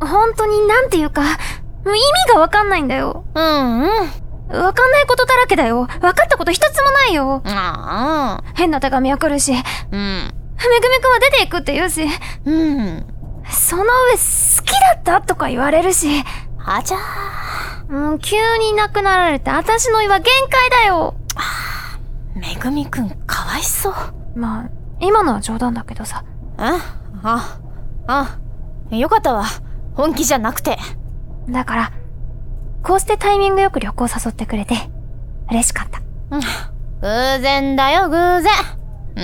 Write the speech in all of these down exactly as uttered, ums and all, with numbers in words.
本当になんていうか、もう意味がわかんないんだよ。 うんうん。 わかんないことだらけだよ。わかったこと一つもないよ。 ああ。 変な手紙は来るし、 うん。 めぐみくんは出ていくって言うし、 うん。 その上好きだったとか言われるし、 あちゃー。 もう急にいなくなられて私の胃は限界だよ。 めぐみくんかわいそう。 まあ、今のは冗談だけどさ。 あ、あ、あ、よかったわ。本気じゃなくて。 だから、こうしてタイミングよく旅行誘ってくれて、嬉しかった。 うん。偶然だよ、偶然。うん。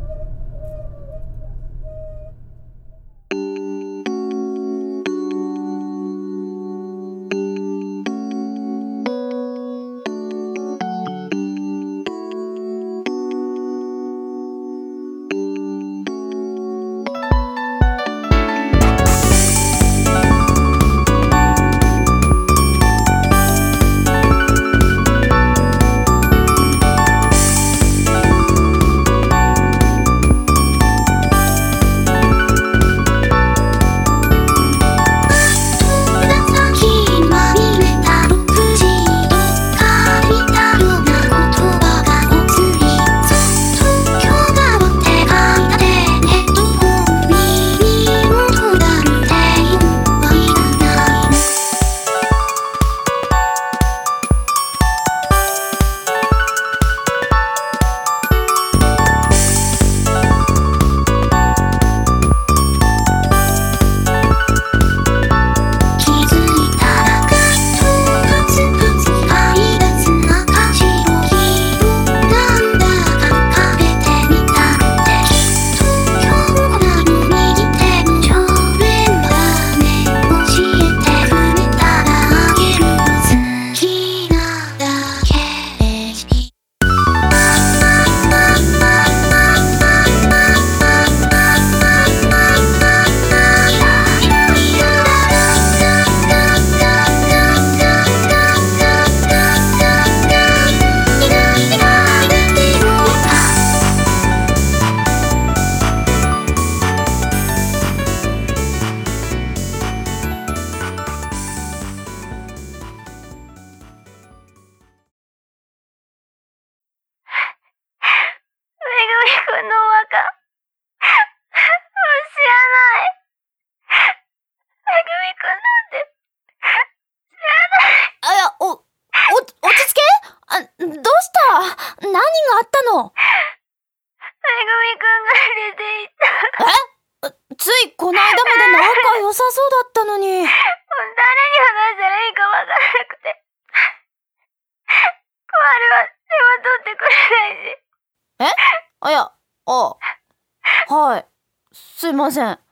すいません。私のめぐみくんの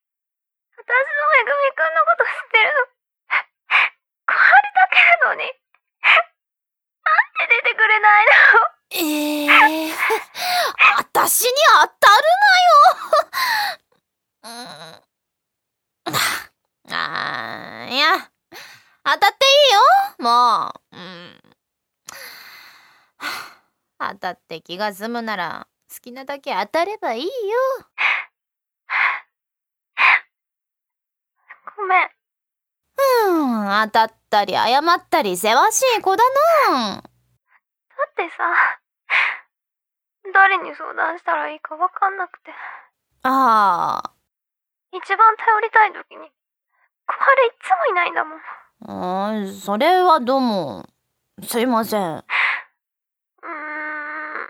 こと知ってるの。小春だけなのに。なんで出てくれないの。 ええー、私に当たるなよ。うん、あー、いや、当たっていいよ、もう。うん、当たって気が済むなら好きなだけ当たればいいよ。 ごめん。 うん、当たったり謝ったりせわしい子だな。 だってさ、誰に相談したらいいかわかんなくて。 ああ。 一番頼りたい時に、小春いっつもいないんだもん。 あー、それはどうも。すいません。 うーん。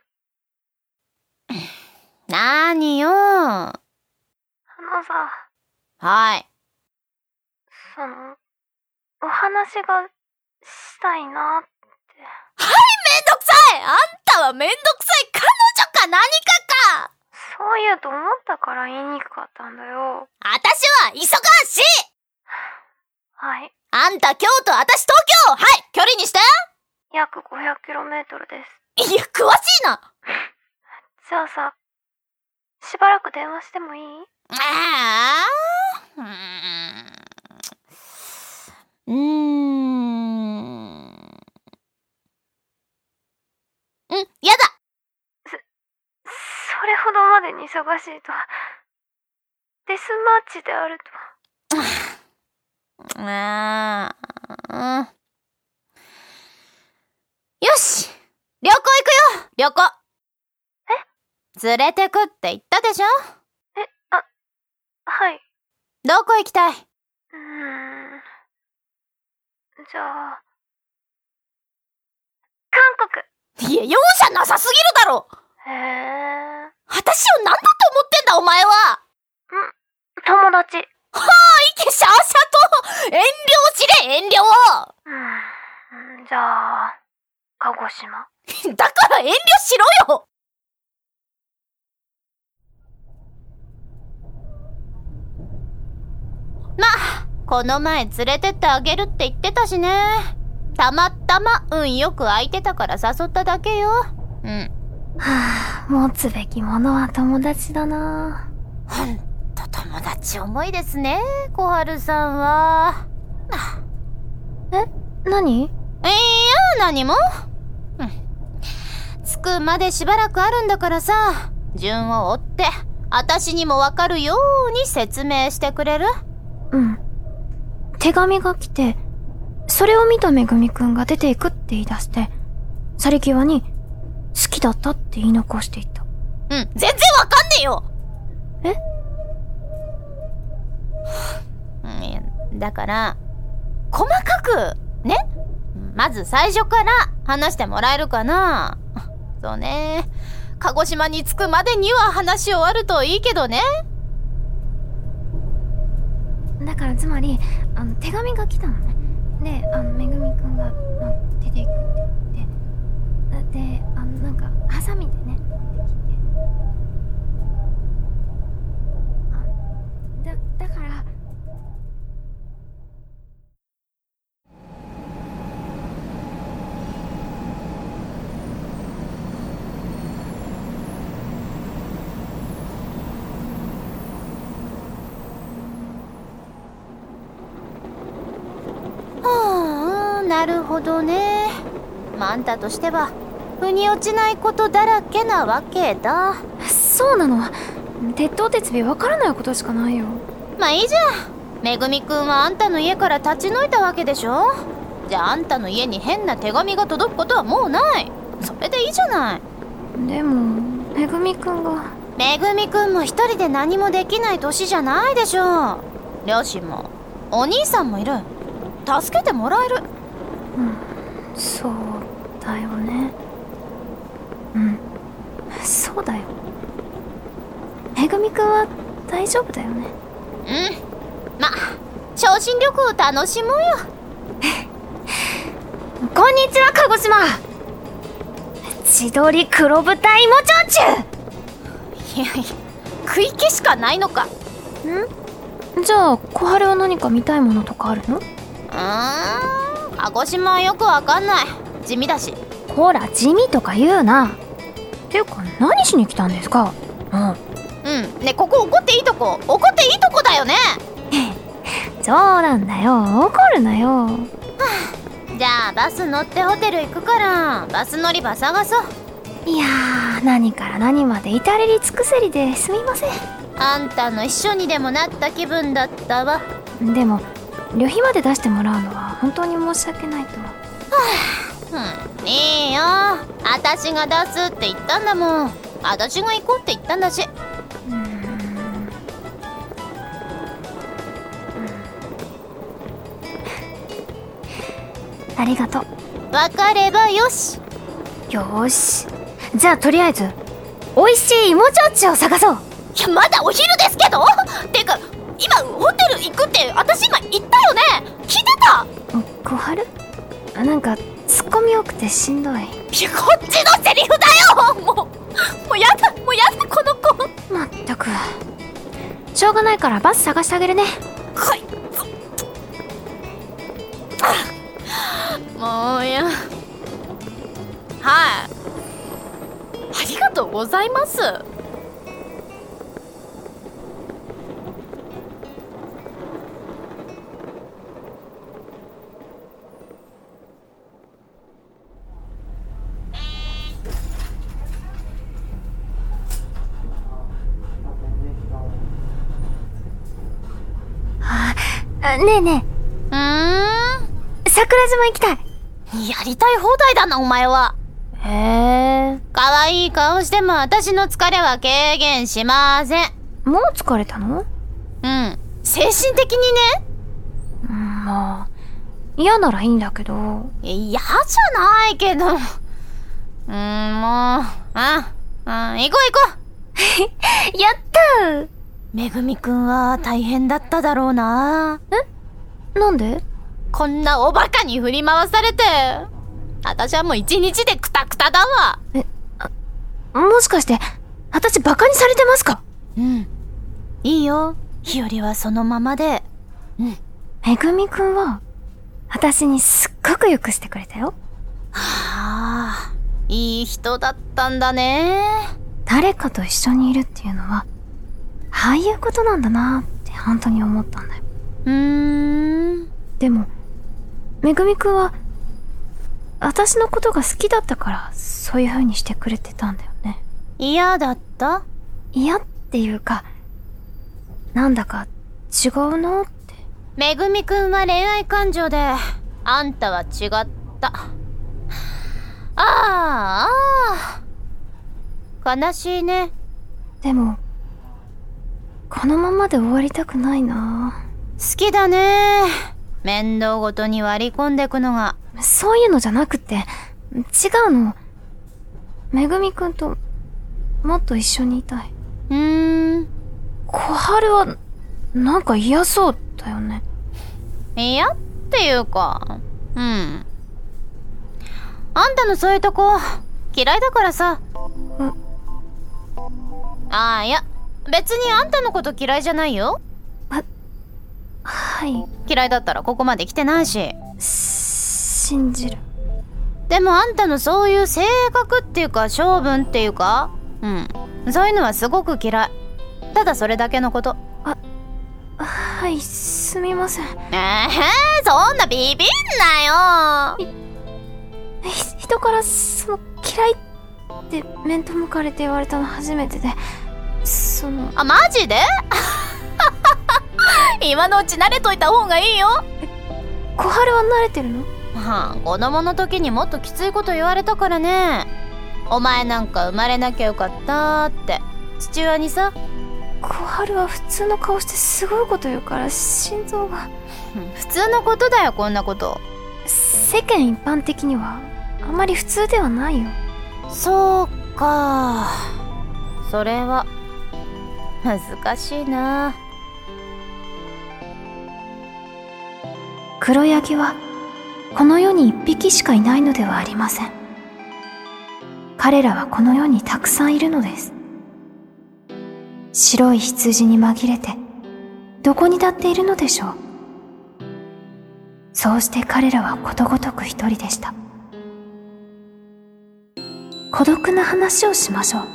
なーによ。 あのさ。 はい。 その、お話がしたいなって。 はい、めんどくさい。あんたはめんどくさい彼女か何かか。 そう言うと思ったから言いにくかったんだよ。 私は忙しい。 はい。 あんた京都、私東京。はい、距離にして。 約 ごひゃくキロメートル です。 いや、詳しいな。 じゃあさ、しばらく電話してもいい？ ああ、うーん。うーん。うん、やだ。 そ、それほどまでに忙しいとは、デスマッチであるとは。 あーよし、旅行行くよ、旅行。え？連れてくって言ったでしょ？ え、あ、はい。 どこ行きたい？うーん。 じゃあ、韓国。いや、容赦なさすぎるだろ。 へえ。 私を何だと思ってんだお前は。 ん、友達。 はあ、いけしゃあしゃと遠慮しれ遠慮を。 うん、じゃあ、鹿児島。 だから遠慮しろよ。まあ、この前連れてってあげるって言ってたしね。たまたま運よく空いてたから誘っただけよ。うん。 はあ、持つべきものは友達だな。 ほんと友達思いですね、小春さんは。 え、何？ いや、何も。うん。着くまでしばらくあるんだからさ、順を追って、私にもわかるように説明してくれる？ うん。手紙が来て、それを見ためぐみくんが出ていくって言い出して、去り際に、好きだったって言い残していった。 うん、全然わかんねえよ。 え？ うん、だから、細かく、ね？まず最初から話してもらえるかな？そうね。鹿児島に着くまでには話終わるといいけどね。 だからつまり、あの、手紙が来たのね。で、あの、めぐみくんが、まあ、出ていくって言って、で、あの、なんか、ハサミでね、出てきて。あ、だ、だから、 なるほどね。まあ、あんたとしては腑に落ちないことだらけなわけだ。 そうなの。鉄頭鉄尾わからないことしかないよ。 まあいいじゃん。めぐみくんはあんたの家から立ち退いたわけでしょ。じゃああんたの家に変な手紙が届くことはもうない。それでいいじゃない。 でもめぐみくんがめぐみくんも一人で何もできない年じゃないでしょ。両親もお兄さんもいる。助けてもらえる。 うん、そうだよね。うん、そうだよ。めぐみくんは大丈夫だよね。 うん、まあ昇進旅行を楽しもうよ。 こんにちは鹿児島。千鳥黒豚芋焼酎。 いやいや、食い気しかないのか。 ん？じゃあ小春は何か見たいものとかあるの？うーん、鹿児島はよくわかんない。地味だし。 ほら地味とか言うな。ていうか何しに来たんですか？うん。 うん、ね、ここ怒っていいとこ、怒っていいとこだよね。 そうなんだよ、怒るなよ。はあ、じゃあバス乗ってホテル行くからバス乗り場探そう。 いやー、何から何まで至れり尽くせりですみません。 あんたの一緒にでもなった気分だったわ。 でも旅費まで出してもらうのは本当に申し訳ないと。はあ、うん、いいよ。私が出すって言ったんだもん。私が行こうって言ったんだし。 うーん、うん、ありがとう。 分かればよし。 よーし、じゃあとりあえず美味しい芋焼酎を探そう。 いや、まだお昼ですけど。てか今ホテル行くって私今言ったよね。聞いてた？ 小春？なんかツッコミ多くてしんどい。いや、 こっちのセリフだよ。もうもうやだ、もうやだこの子。 まったくしょうがないからバス探してあげるね。 はい。もうや。はい、ありがとうございます。 あ、ねえねうーん。 桜島行きたい。 やりたい放題だな、お前は。 へえ。 可愛い顔しても私の疲れは軽減しません。 もう疲れたの？ うん。精神的にね。 うん、まあ、嫌ならいいんだけど。 嫌じゃないけど。うーん、もう、あ、うん、行こう行こうやったー。 めぐみくんは大変だっただろうな。 え？なんで？ こんなおバカに振り回されて。私はもう一日でクタクタだわ。 え、あ、もしかして、私バカにされてますか？ うん。いいよ。日和はそのままで。うん。 めぐみくんは、私にすっごくよくしてくれたよ。 はあ、いい人だったんだね。 誰かと一緒にいるっていうのは、ああいうことなんだなって本当に思ったんだよ。 うーん。 でも、めぐみくんは、私のことが好きだったから、そういう風にしてくれてたんだよね。 嫌だった？ 嫌っていうか、なんだか違うなって。 めぐみくんは恋愛感情で、あんたは違った。ああ、ああ。悲しいね。 でも、このままで終わりたくないな。 好きだね。面倒ごとに割り込んでくのが。 そういうのじゃなくて、違うの。めぐみくんと、もっと一緒にいたい。 うーん。 小春は、なんか嫌そうだよね。 嫌っていうか、うん。あんたのそういうとこ、嫌いだからさ。 え？ ああ、いや、別にあんたのこと嫌いじゃないよ。 は、はい。 嫌いだったらここまで来てないし。 信じる。 でもあんたのそういう性格っていうか性分っていうか、うん。そういうのはすごく嫌い。ただそれだけのこと。 あ、はい、すみません。 ええー、そんなビビんなよ。 ひ人からその嫌いって面と向かれて言われたの初めてで、その。 あ、マジで？今のうち慣れといた方がいいよ。 小春は慣れてるの？ はあ、子供の時にもっときついこと言われたからね。お前なんか生まれなきゃよかったって父親にさ。 小春は普通の顔してすごいこと言うから心臓が。 普通のことだよ、こんなこと。 世間一般的にはあまり普通ではないよ。 そうか。それは難しいな。 黒ヤギはこの世に一匹しかいないのではありません。彼らはこの世にたくさんいるのです。白い羊に紛れてどこにだっているのでしょう。そうして彼らはことごとく一人でした。孤独な話をしましょう。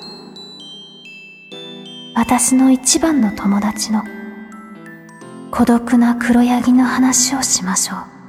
私の一番の友達の孤独な黒ヤギの話をしましょう。